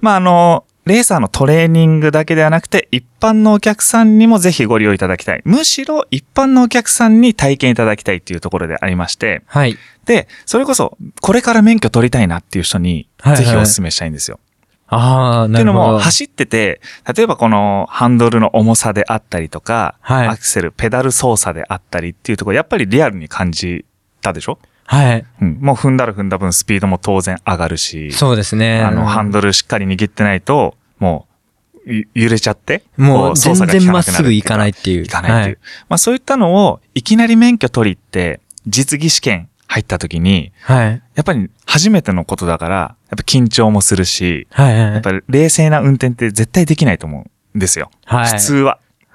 まあ、あのー、レーサーのトレーニングだけではなくて、一般のお客さんにもぜひご利用いただきたい。むしろ一般のお客さんに体験いただきたいっていうところでありまして、はい。で、それこそ、これから免許取りたいなっていう人に、ぜひお勧めしたいんですよ。ああ、なるほど。っていうのも、走ってて、例えばこのハンドルの重さであったりとか、はい、アクセル、ペダル操作であったりっていうところ、やっぱりリアルに感じたでしょ？はい。うん。もう踏んだら踏んだ分スピードも当然上がるし。そうですね。あの、ハンドルしっかり握ってないと、もう、揺れちゃって、
もう全然まっすぐ行かないっていう。
行かないっていう。はい、まあそういったのを、いきなり免許取りって、実技試験入った時に、はい。やっぱり初めてのことだから、やっぱ緊張もするし、はいはい。やっぱり冷静な運転って絶対できないと思うんですよ。はい。普通は。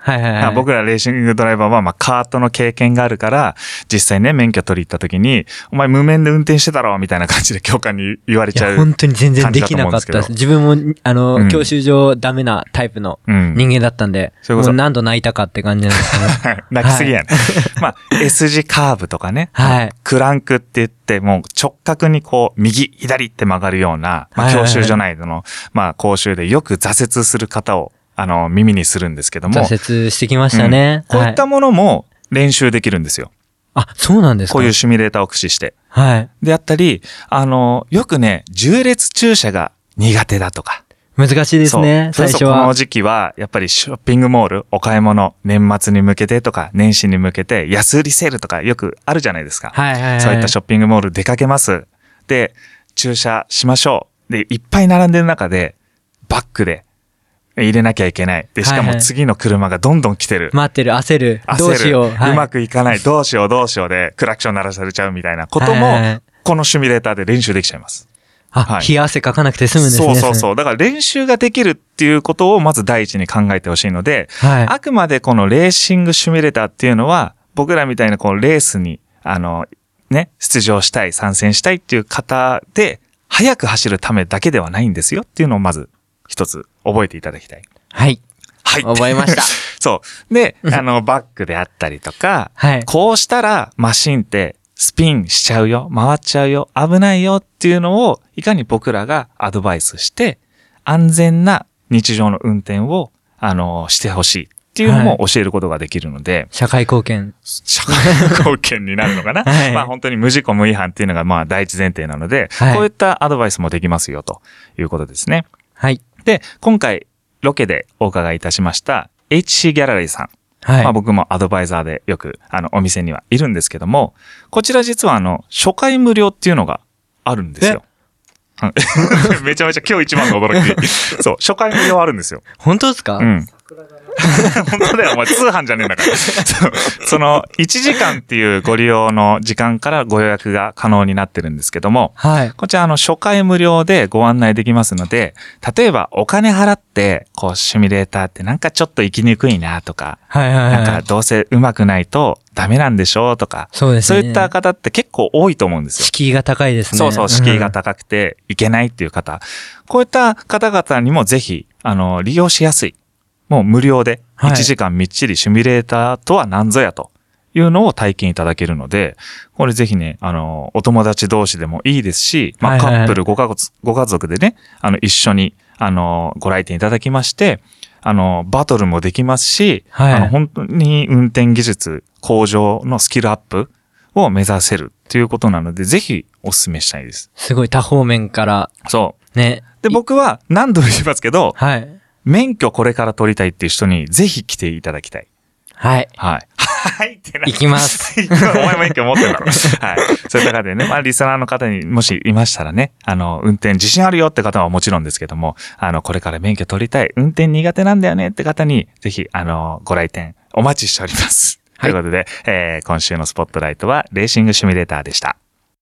はいはいはい、
僕らレーシングドライバーはまあカートの経験があるから、実際ね、免許取り行った時に、お前無免で運転してたろみたいな感じで教官に言われちゃう。
本当に全然できなかったです。自分も、あの、うん、教習所ダメなタイプの人間だったんで、うん、もう何度泣いたかって感じなんですけど。
泣きすぎやね。はい、まあ、S 字カーブとかね、
はい、
クランクって言って、もう直角にこう、右、左って曲がるような、まあ、教習所内での、まあ、講習でよく挫折する方を、あの、耳にするんですけども。
挫折してきましたね。
うん、こういったものも練習できるんですよ。
あ、そうなんですか。
こういうシミュレーターを駆使して。
はい。
であったり、あの、よくね、縦列駐車が苦手だとか。
難しいですね、最初は。
この時期は、やっぱりショッピングモール、お買い物、年末に向けてとか、年始に向けて、安売りセールとかよくあるじゃないですか。
はいはいはい。
そういったショッピングモール出かけます。で、駐車しましょう。で、いっぱい並んでる中で、バックで、入れなきゃいけない。で、しかも次の車がどんどん来てる。
待ってる、焦る。どうしよう。
はい、うまくいかない。どうしよう、どうしようで、クラクション鳴らされちゃうみたいなことも、はいはいはい、このシミュレーターで練習できちゃいます。
あ、はい、冷や汗かかなくて済むんですね。
そうそうそう。だから練習ができるっていうことをまず第一に考えてほしいので、はい、あくまでこのレーシングシミュレーターっていうのは、僕らみたいなこのレースに、あの、ね、出場したい、参戦したいっていう方で、速く走るためだけではないんですよっていうのをまず一つ覚えていただきたい。
はい。
はい。
覚えました。
そう。で、あの、バックであったりとか、はい、こうしたらマシンってスピンしちゃうよ、回っちゃうよ、危ないよっていうのを、いかに僕らがアドバイスして、安全な日常の運転を、あの、してほしいっていうのも教えることができるので。はい、
社会貢献。
社会貢献になるのかな、はい、まあ本当に無事故無違反っていうのがまあ第一前提なので、はい、こういったアドバイスもできますよということですね。
はい。
で、今回、ロケでお伺いいたしました エイチシー ギャラリーさん。はい。まあ僕もアドバイザーでよくあのお店にはいるんですけども、こちら実はあの初回無料っていうのがあるんですよ。めちゃめちゃ今日一番の驚き。そう、初回無料あるんですよ。
本当ですか？
うん。本当だよ、お前通販じゃねえんだから。そ, そのいちじかんっていうご利用の時間からご予約が可能になってるんですけども、はい、こちらあの初回無料でご案内できますので、例えばお金払ってこうシミュレーターってなんかちょっと行きにくいなとか、はいはいはい、なんかどうせ上手くないとダメなんでしょうとか、
そうですね、
そういった方って結構多いと思うんですよ。
敷居が高いですね。
そうそう、敷居が高くていけないっていう方、うん、こういった方々にもぜひあの利用しやすい。もう無料でいちじかんみっちりシミュレーターとは何ぞやというのを体験いただけるので、これぜひね、あの、お友達同士でもいいですし、まあカップルご家族、ご家族でね、あの、一緒に、あの、ご来店いただきまして、あの、バトルもできますし、はい、あの、本当に運転技術向上のスキルアップを目指せるっていうことなので、ぜひお勧めしたいです。
すごい多方面から。
そう。
ね。
で、僕は何度も言いますけど、
はい。
免許これから取りたいっていう人にぜひ来ていただきたい。
はい。
はい。はいってな。
行きます。
お前免許持ってるだろ。はい。そういう中でね、まあリスナーの方にもしいましたらね、あの、運転自信あるよって方はもちろんですけども、あの、これから免許取りたい、運転苦手なんだよねって方に、ぜひ、あの、ご来店お待ちしております。はい、ということで、えー、今週のスポットライトはレーシングシミュレーターでした。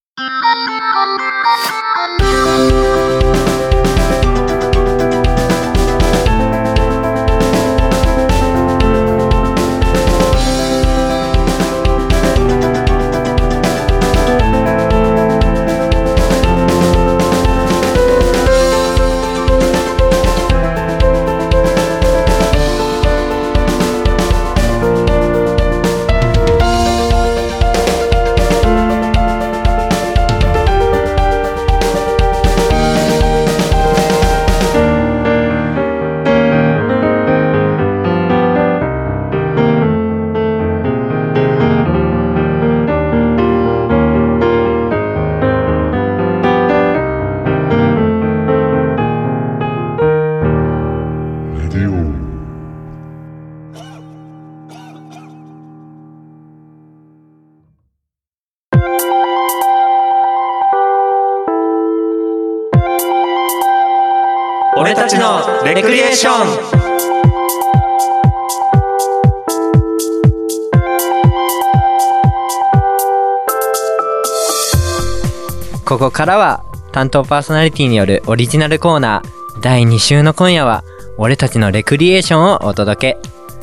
俺たちのレクリエーション。
ここからは担当パーソナリティによるオリジナルコーナーだいに週の今夜は俺たちのレクリエーションをお届け。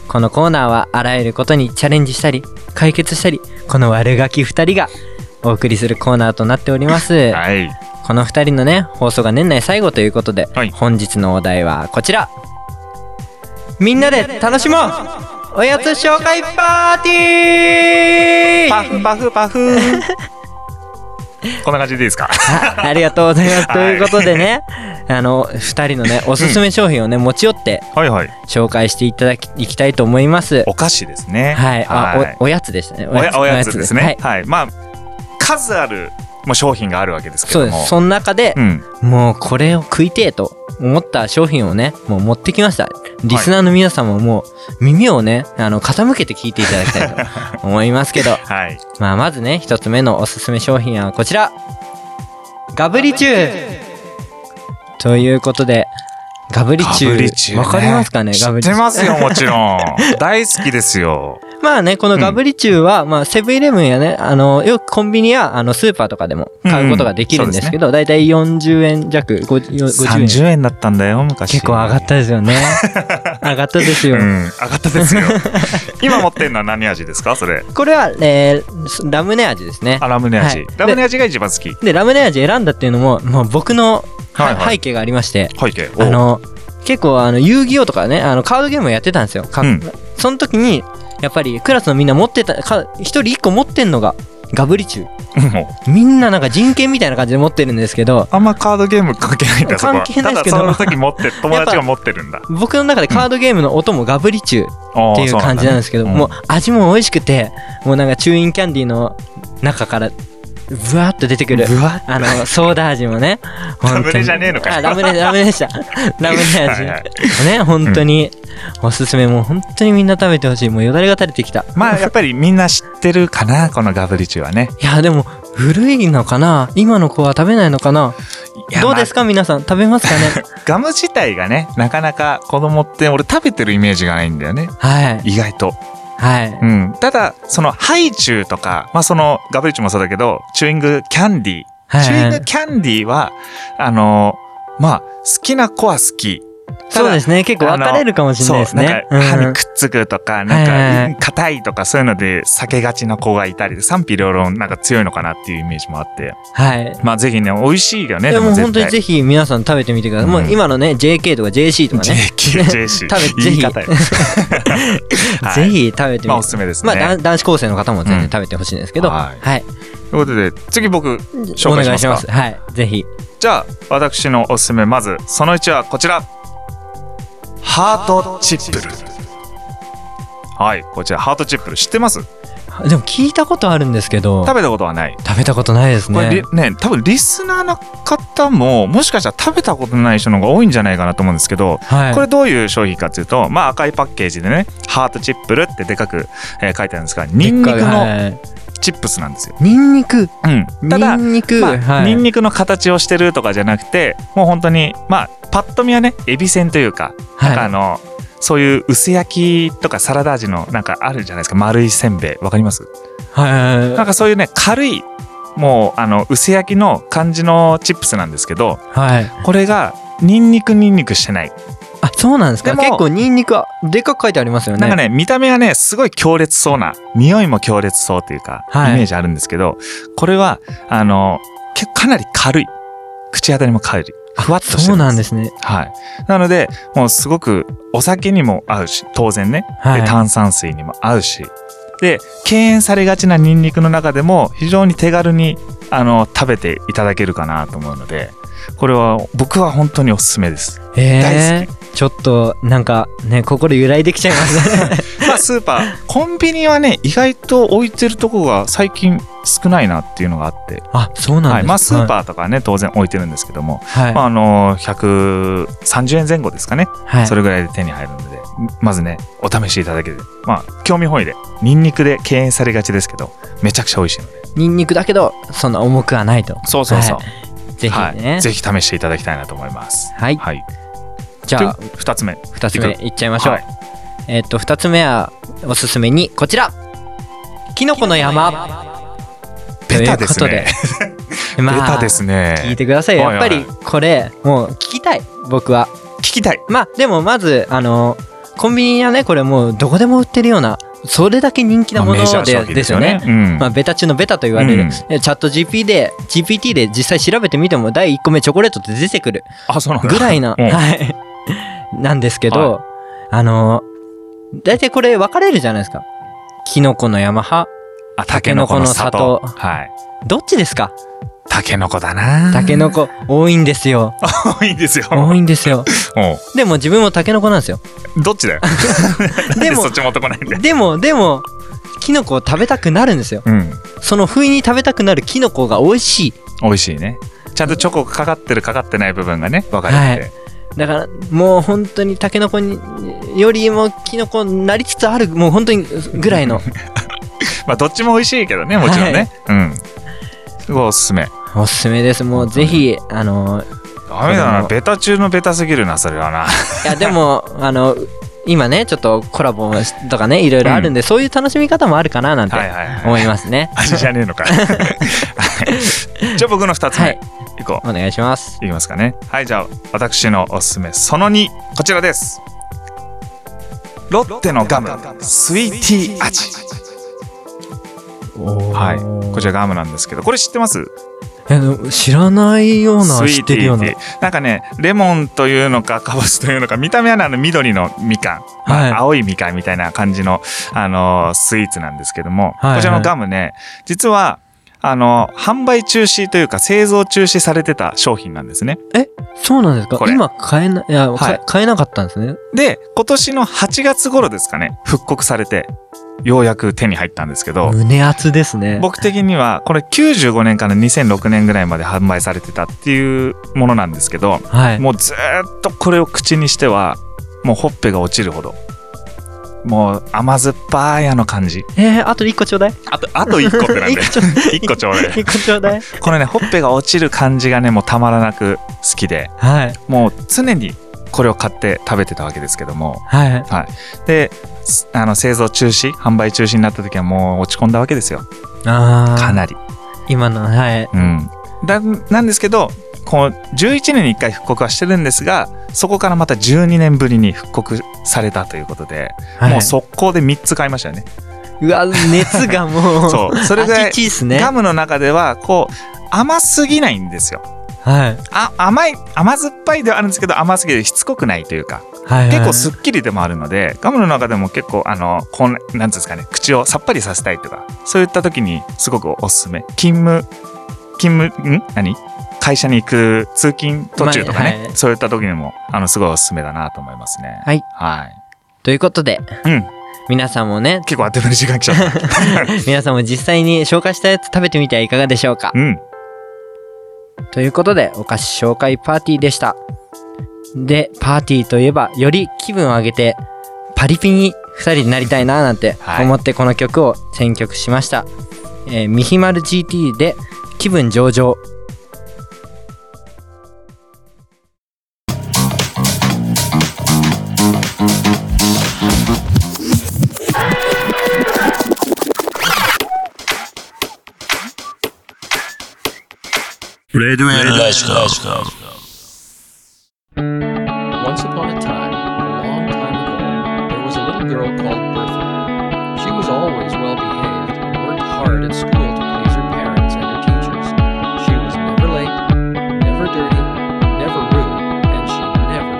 このコーナーはあらゆることにチャレンジしたり解決したり、この悪ガキふたりがお送りするコーナーとなっております。
はい。
このふたりのね放送が年内最後ということで、
はい、
本日のお題はこちら。みんなで楽しもうおやつ紹介パーティー。
パフパフパフこんな感じでいいですか？
ありがとうございます、はい、ということでね、あのふたりのねおすすめ商品をね持ち寄って紹介していただきいきたいと思います。
お菓子ですね。
はい、あ、はい、お, おやつでしたね。
おや, おやつですね。はい、はい、まあ数あるもう商品があるわけですけども、
そうです。その中で、うん、もうこれを食いてえと思った商品をねもう持ってきました。リスナーの皆さんももう耳をねあの傾けて聞いていただきたいと思いますけど、はい、まあまずね一つ目のおすすめ商品はこちら、ガブリチューということで、ガブリチューわ、ね、かりますかね？ガブリチュー
知ってますよ、もちろん大好きですよ。
まあね、このガブリチューは、うん、まあセブンイレブンやね、あのよくコンビニやあのスーパーとかでも買うことができるんですけど、だいたいよんじゅうえん弱、ごじゅうえん、
さんじゅうえんだったんだよ昔。
結構上がったですよね。上がったですよ、
うん、上がったですよ。今持ってるのは何味ですかそれ？
これは、えー、ラムネ味ですね。
あ、ラムネ味、はい、ラムネ味が一番好き
で、ラムネ味選んだっていうのも、もう僕の、はいはい、背景がありまして、
背景、
あの結構あの遊戯王とかね、あのカードゲームをやってたんですよ、うん、その時にやっぱりクラスのみんな持ってたか、一人一個持ってんのがガブリチュー。みんななんか人権みたいな感じで持ってるんですけど、
あんまカードゲーム関係ないんだ。
関係ないですけど、
ただその時持って友達が持ってるんだ。
僕の中でカードゲームの音もガブリチューっていう感じなんですけど、うん、もう味も美味しくて、もうなんかチューインキャンディーの中からブワーっと出てくるあのソーダ味もね、
ラムネじゃねえのかよ。
あ、ラムネラムネでした。ラムネ味はい、はい、ね、本当におすすめ。もう本当にみんな食べてほしい。もうよだれが垂れてきた。
まあやっぱりみんな知ってるかな、このガブリチューはね。
いやでも古いのかな、今の子は食べないのかな。どうですか、まあ、皆さん食べますかね。
ガム自体がね、なかなか子供って俺食べてるイメージがないんだよね。はい。意外と。
はい、
うん、ただそのハイチュウとか、まあ、そのガブリチューもそうだけどチューイングキャンディー、はい、チューイングキャンディーはあのまあ好きな子は好き。
そうですね、結構分かれるかもしれないですね。
なんか歯にくっつくとか、なんか硬いとかそういうので避けがちな子がいたりで、賛否両論なんか強いのかなっていうイメージもあって、はい、まあぜひね、美味しいよね。
でも本当にぜひ皆さん食べてみてください。うん、もう今のね ジェーケー とか ジェーシー とかね
ジェーケー、ジェーシー
食べぜひ
言い方よ
ぜひ食べてみて、
まあおすすめですね。
まあ男子高生の方も全然食べてほしいんですけど、うん、はい、はい、
ということで次僕紹介しますか。お願いします。
はい、ぜひ。
じゃあ私のおすすめ、まずそのいちはこちら、ハートチップル。はい、こちらハートチップル知ってます？
でも聞いたことあるんですけど
食べたことはない。
食べたことないですね。
これね、多分リスナーの方ももしかしたら食べたことない人の方が多いんじゃないかなと思うんですけど、はい、これどういう商品かというと、まあ赤いパッケージでね、ハートチップルってでかく、えー、書いてあるんですが、ニンニクのチップスなんですよ。
ニンニク、
うん、ただ
ニンニク、
まあはい、ニンニクの形をしてるとかじゃなくて、もう本当にまあパッと見はね、エビせんというか、なんかあの、はい、そういう薄焼きとかサラダ味のなんかあるじゃないですか、丸いせんべい、わかります？はいはいはい、なんかそういうね、軽いもうあの薄焼きの感じのチップスなんですけど、はい、これがニンニクニンニクしてない。
あ、そうなんですか。結構ニンニクはでかく書いてありますよね。
なんかね、見た目はね、すごい強烈そうな、匂いも強烈そうというか、はい、イメージあるんですけど、これはあの結構かなり軽い、口当たりも軽い、ふわっとしてるんです。そうなんですね。はい。なのでもうすごくお酒にも合うし、当然ね、はい、で炭酸水にも合うし、で敬遠されがちなニンニクの中でも非常に手軽にあの食べていただけるかなと思うので、これは僕は本当におすすめです。えー、大好き。
ちょっとなんかね、心揺らいできちゃいますね。
まあスーパー、コンビニはね、意外と置いてるとこが最近少ないなっていうのがあって、
あ、そうなんですか。はい、
まあスーパーとかね、当然置いてるんですけども、はい、まああのひゃくさんじゅうえんぜん後ですかね、はい、それぐらいで手に入るので、まずね、お試しいただけて、まあ興味本位で、ニンニクで敬遠されがちですけど、めちゃくちゃ美味しいので。
ニンニクだけどそんな重くはないと。
そうそうそう。はい、
ぜひね、
はい、ぜひ試していただきたいなと思います。
はい。はい、じゃあ
ふたつめ。
ふたつめいっちゃいましょう。はい、えー、っとふたつめはおすすめにこちら。キノコの山。
ベタですね。
まあ、
ベタですね。
聞いてください。やっぱりこれもう聞きたい、僕は。
聞きたい。
まあでもまずあのコンビニはねこれもうどこでも売ってるようなそれだけ人気なもので、まあ、で, ですよね、うん、まあベタ中のベタと言われる、うん、チャット ジーピー で ジーピーティー で実際調べてみてもだいいっこめチョコレートって出てくるぐらいな、はいなんですけど、はい、あのだいたいこれ分かれるじゃないですか。キノコの山派、
あタケノコの里、はい、
どっちですか？
タケノコだな。
タケノコ多いんですよ。
多いんですよ。
多いんですよ。でも自分もタケノコなんですよ。
どっちだよ。でもそっち持ってこないんで。
でもでもキノコを食べたくなるんですよ。うん、その不意に食べたくなるキノコが美味しい。
美味しいね。ちゃんとチョコかかってるかかってない部分がね分かれて、はい、
だからもう本当にタケノコによりもキノコになりつつあるもう本当にぐらいの。
まあどっちも美味しいけどねもちろんね。はい、うん。すごいおすすめ。
おすすめです。もうぜひあの
ダメだなベタ中のベタすぎるなそれはな。
いやでもあの今ねちょっとコラボとかねいろいろあるんで、うん、そういう楽しみ方もあるかななんて思いますね。
味じゃねえのか。じゃあ僕のふたつめ、はい、いこう。
お願いします。
いきますかね。はいじゃあ私のおすすめそのにこちらです。ロッテのガムスイーティー味。はい、こちらガムなんですけどこれ知ってます？
え知らないような知ってるような
なんかねレモンというのかカボスというのか見た目はあの緑のみかん、まあはい、青いみかんみたいな感じの、あのー、スイーツなんですけども、はいはい、こちらのガムね実はあの販売中止というか製造中止されてた商品なんですね。
えそうなんですか？今買えな、いや、はい、買えなかったんですね。
で今年のはちがつ頃ですかね復刻されてようやく手に入ったんですけど
胸熱ですね。
僕的にはこれきゅうじゅうごねんからにせんろくねんぐらいまで販売されてたっていうものなんですけど、はい、もうずっとこれを口にしてはもうほっぺが落ちるほどもう甘酸っぱいあの感じ。
えー、あといっこちょうだい。
あとあといっこってなんでいっこちょうだい。
いっこちょうだい。
このねほっぺが落ちる感じがねもうたまらなく好きで、はい、もう常にこれを買って食べてたわけですけども、はいはい、であの製造中止販売中止になった時はもう落ち込んだわけですよ。あかなり
今のはい、
うん、だなんですけどこうじゅういちねんにいっかい復刻はしてるんですがそこからまたじゅうにねんぶりに復刻されたということで、はい、もう速攻でみっつ買いましたよね。
うわ熱がもう
そうそれぐらいガムの中ではこう甘すぎないんですよ。はい、あ甘い甘酸っぱいではあるんですけど甘すぎるしつこくないというか、はいはい、結構すっきりでもあるのでガムの中でも結構あのこうなんていうんですかね口をさっぱりさせたいとかそういった時にすごくおすすめ。勤務勤務ん何会社に行く通勤途中とかね、はい、そういった時にもあのすごいおすすめだなと思いますね。
はい、はい、ということで、うん、皆さんもね
結構あっという間に時間来ちゃった
皆さんも実際に紹介したやつ食べてみてはいかがでしょうか。うんということでお菓子紹介パーティーでした。でパーティーといえばより気分を上げてパリピにふたりになりたいななんて思ってこの曲を選曲しました、はいえー、ミヒマル ジーティー で気分上々。
レディオラジコ。
Once upon a time, a long time ago, there was a little girl called Bertha. She was always well behaved and worked hard at school to please her parents and her teachers. She was never late, never dirty, never rude, and she never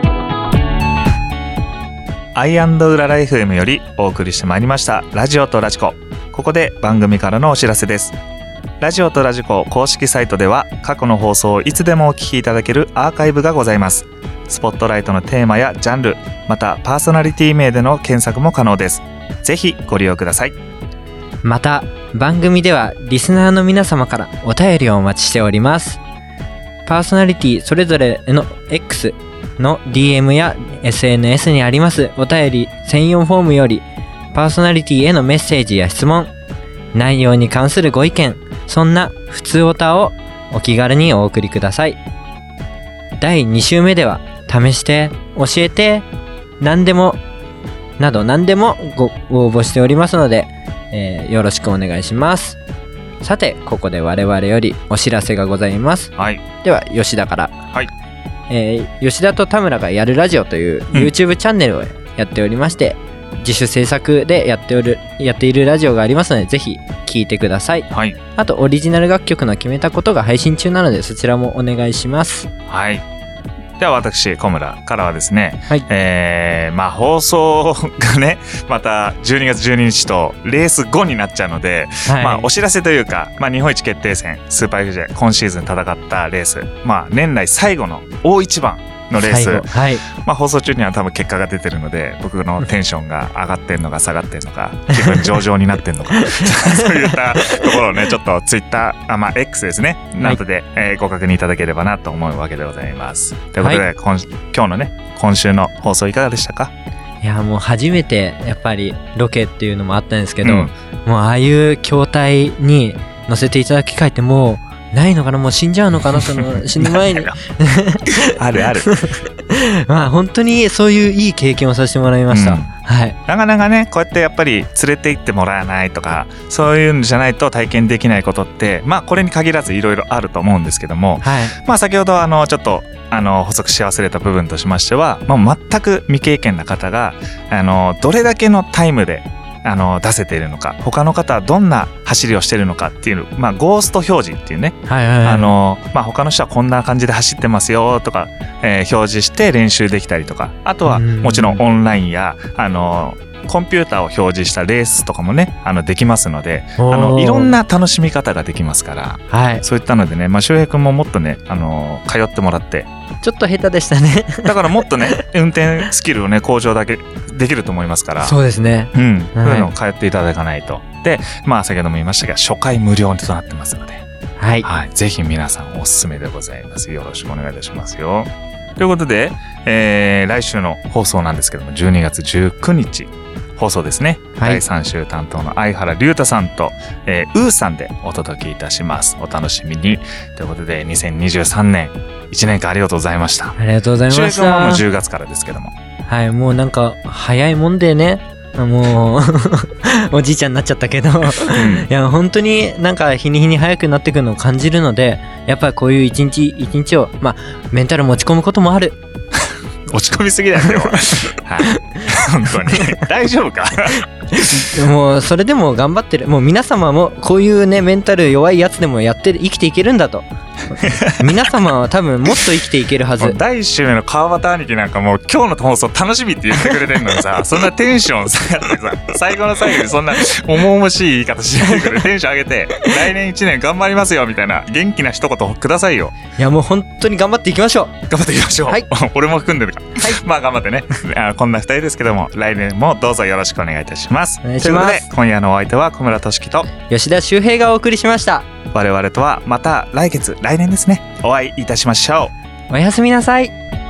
told.
アイアンドウララ エフエム よりお送りしてまいりましたラジオとラジコ。ここで番組からのお知らせです。ラジオとラジコ公式サイトでは過去の放送をいつでもお聞きいただけるアーカイブがございます。スポットライトのテーマやジャンル、またパーソナリティ名での検索も可能です。ぜひご利用ください。
また番組ではリスナーの皆様からお便りをお待ちしております。パーソナリティそれぞれの X の ディーエム や エスエヌエス にありますお便り専用フォームよりパーソナリティへのメッセージや質問、内容に関するご意見、そんなふつおたをお気軽にお送りください。だいに週目では試して教えて何でもなど何でもご応募しておりますので、えー、よろしくお願いします。さてここで我々よりお知らせがございます、はい、では吉田から、はいえー、吉田と田村がやるラジオという YouTube チャンネルをやっておりまして、自主制作でやっておるやっているラジオがありますので、ぜひ聴いてください。
はい。
あとオリジナル楽曲の決めたことが配信中なので、そちらもお願いします。
はい。では私小村からはですね、
はい、
えー、まあ放送がねまたじゅうにがつじゅうににちとレース後になっちゃうので、はい、まあお知らせというか、まあ、日本一決定戦スーパー エフジェー 今シーズン戦ったレース、まあ年内最後の大一番のレース、
はい、
まあ放送中には多分結果が出てるので、僕のテンションが上がってんのか下がってんのか、気分上々になってんのかそういったところをねちょっとツイッター、あまあ X ですね、などで、えー、ご確認いただければなと思うわけでございます。ということで、はい、今, 今日のね今週の放送いかがでしたか？
いやもう初めてやっぱりロケっていうのもあったんですけど、うん、もうああいう筐体に乗せていただく機会ってもうないのかな、もう死んじゃうのかな、その死ぬ前に
あるある
まあ本当にそういういい経験をさせてもらいました、うん、はい。
なかなかねこうやってやっぱり連れて行ってもらわないとかそういうんじゃないと体験できないことってまあこれに限らずいろいろあると思うんですけども、
はい、
まあ先ほどあのちょっとあの補足し忘れた部分としましては、まあ、全く未経験な方があのどれだけのタイムであの出せているのか、他の方はどんな走りをしているのかっていう、まあ、ゴースト表示っていうね、
はいはいはい、
あのまあ、他の人はこんな感じで走ってますよとか、えー、表示して練習できたりとか、あとはもちろんオンラインやあのコンピューターを表示したレースとかもねあのできますので、あのいろんな楽しみ方ができますから、
はい、
そういったのでね、まあ、周平君ももっとねあの通ってもらって、
ちょっと下手でしたね
だからもっとね運転スキルをね向上だけできると思いますから、
そうですね、
うん、そういうのを通っていただかないと。でまあ先ほども言いましたが初回無料となってますので、
はい、
はい、ぜひ皆さんおすすめでございます。よろしくお願いいたしますよ。ということで、えー、来週の放送なんですけどもじゅうにがつじゅうくにち放送ですね、はい、だいさん週担当の相原龍太さんと、えー、ウーさんでお届けいたします。お楽しみに。ということでにせんにじゅうさんねんいちねんかんありがとうございました。
ありがとうございました。
週はもうじゅうがつからですけども、
はい、もうなんか早いもんでね、もうおじいちゃんになっちゃったけど、うん、いや本当になんか日に日に早くなってくるのを感じるので、やっぱりこういう一日一日をまあメンタル持ち込むこともある
落ち込みすぎだよはい本当に大丈夫か
もうそれでも頑張ってる、もう皆様もこういうねメンタル弱いやつでもやってる生きていけるんだと皆様は多分もっと生きていけるはず。
だいいっ週目の川端兄貴なんかもう今日の放送楽しみって言ってくれてるのにさそんなテンション下がってさ最後の最後にそんな重々しい言い方しないでくれテンション上げて来年いちねん頑張りますよみたいな元気な一言くださいよ。
いやもう本当に頑張っていきましょう。
頑張っていきましょう、
はい、
俺も含んでるから、はい、まあ頑張ってねあこんなふたりですけども来年もどうぞよろしくお願いいたします。
お願いします。
ということで今夜のお相手は小村俊樹と
吉田修平がお送りしました。
我々とはまた来月来年ですねお会いいたしましょう。
おやすみなさい。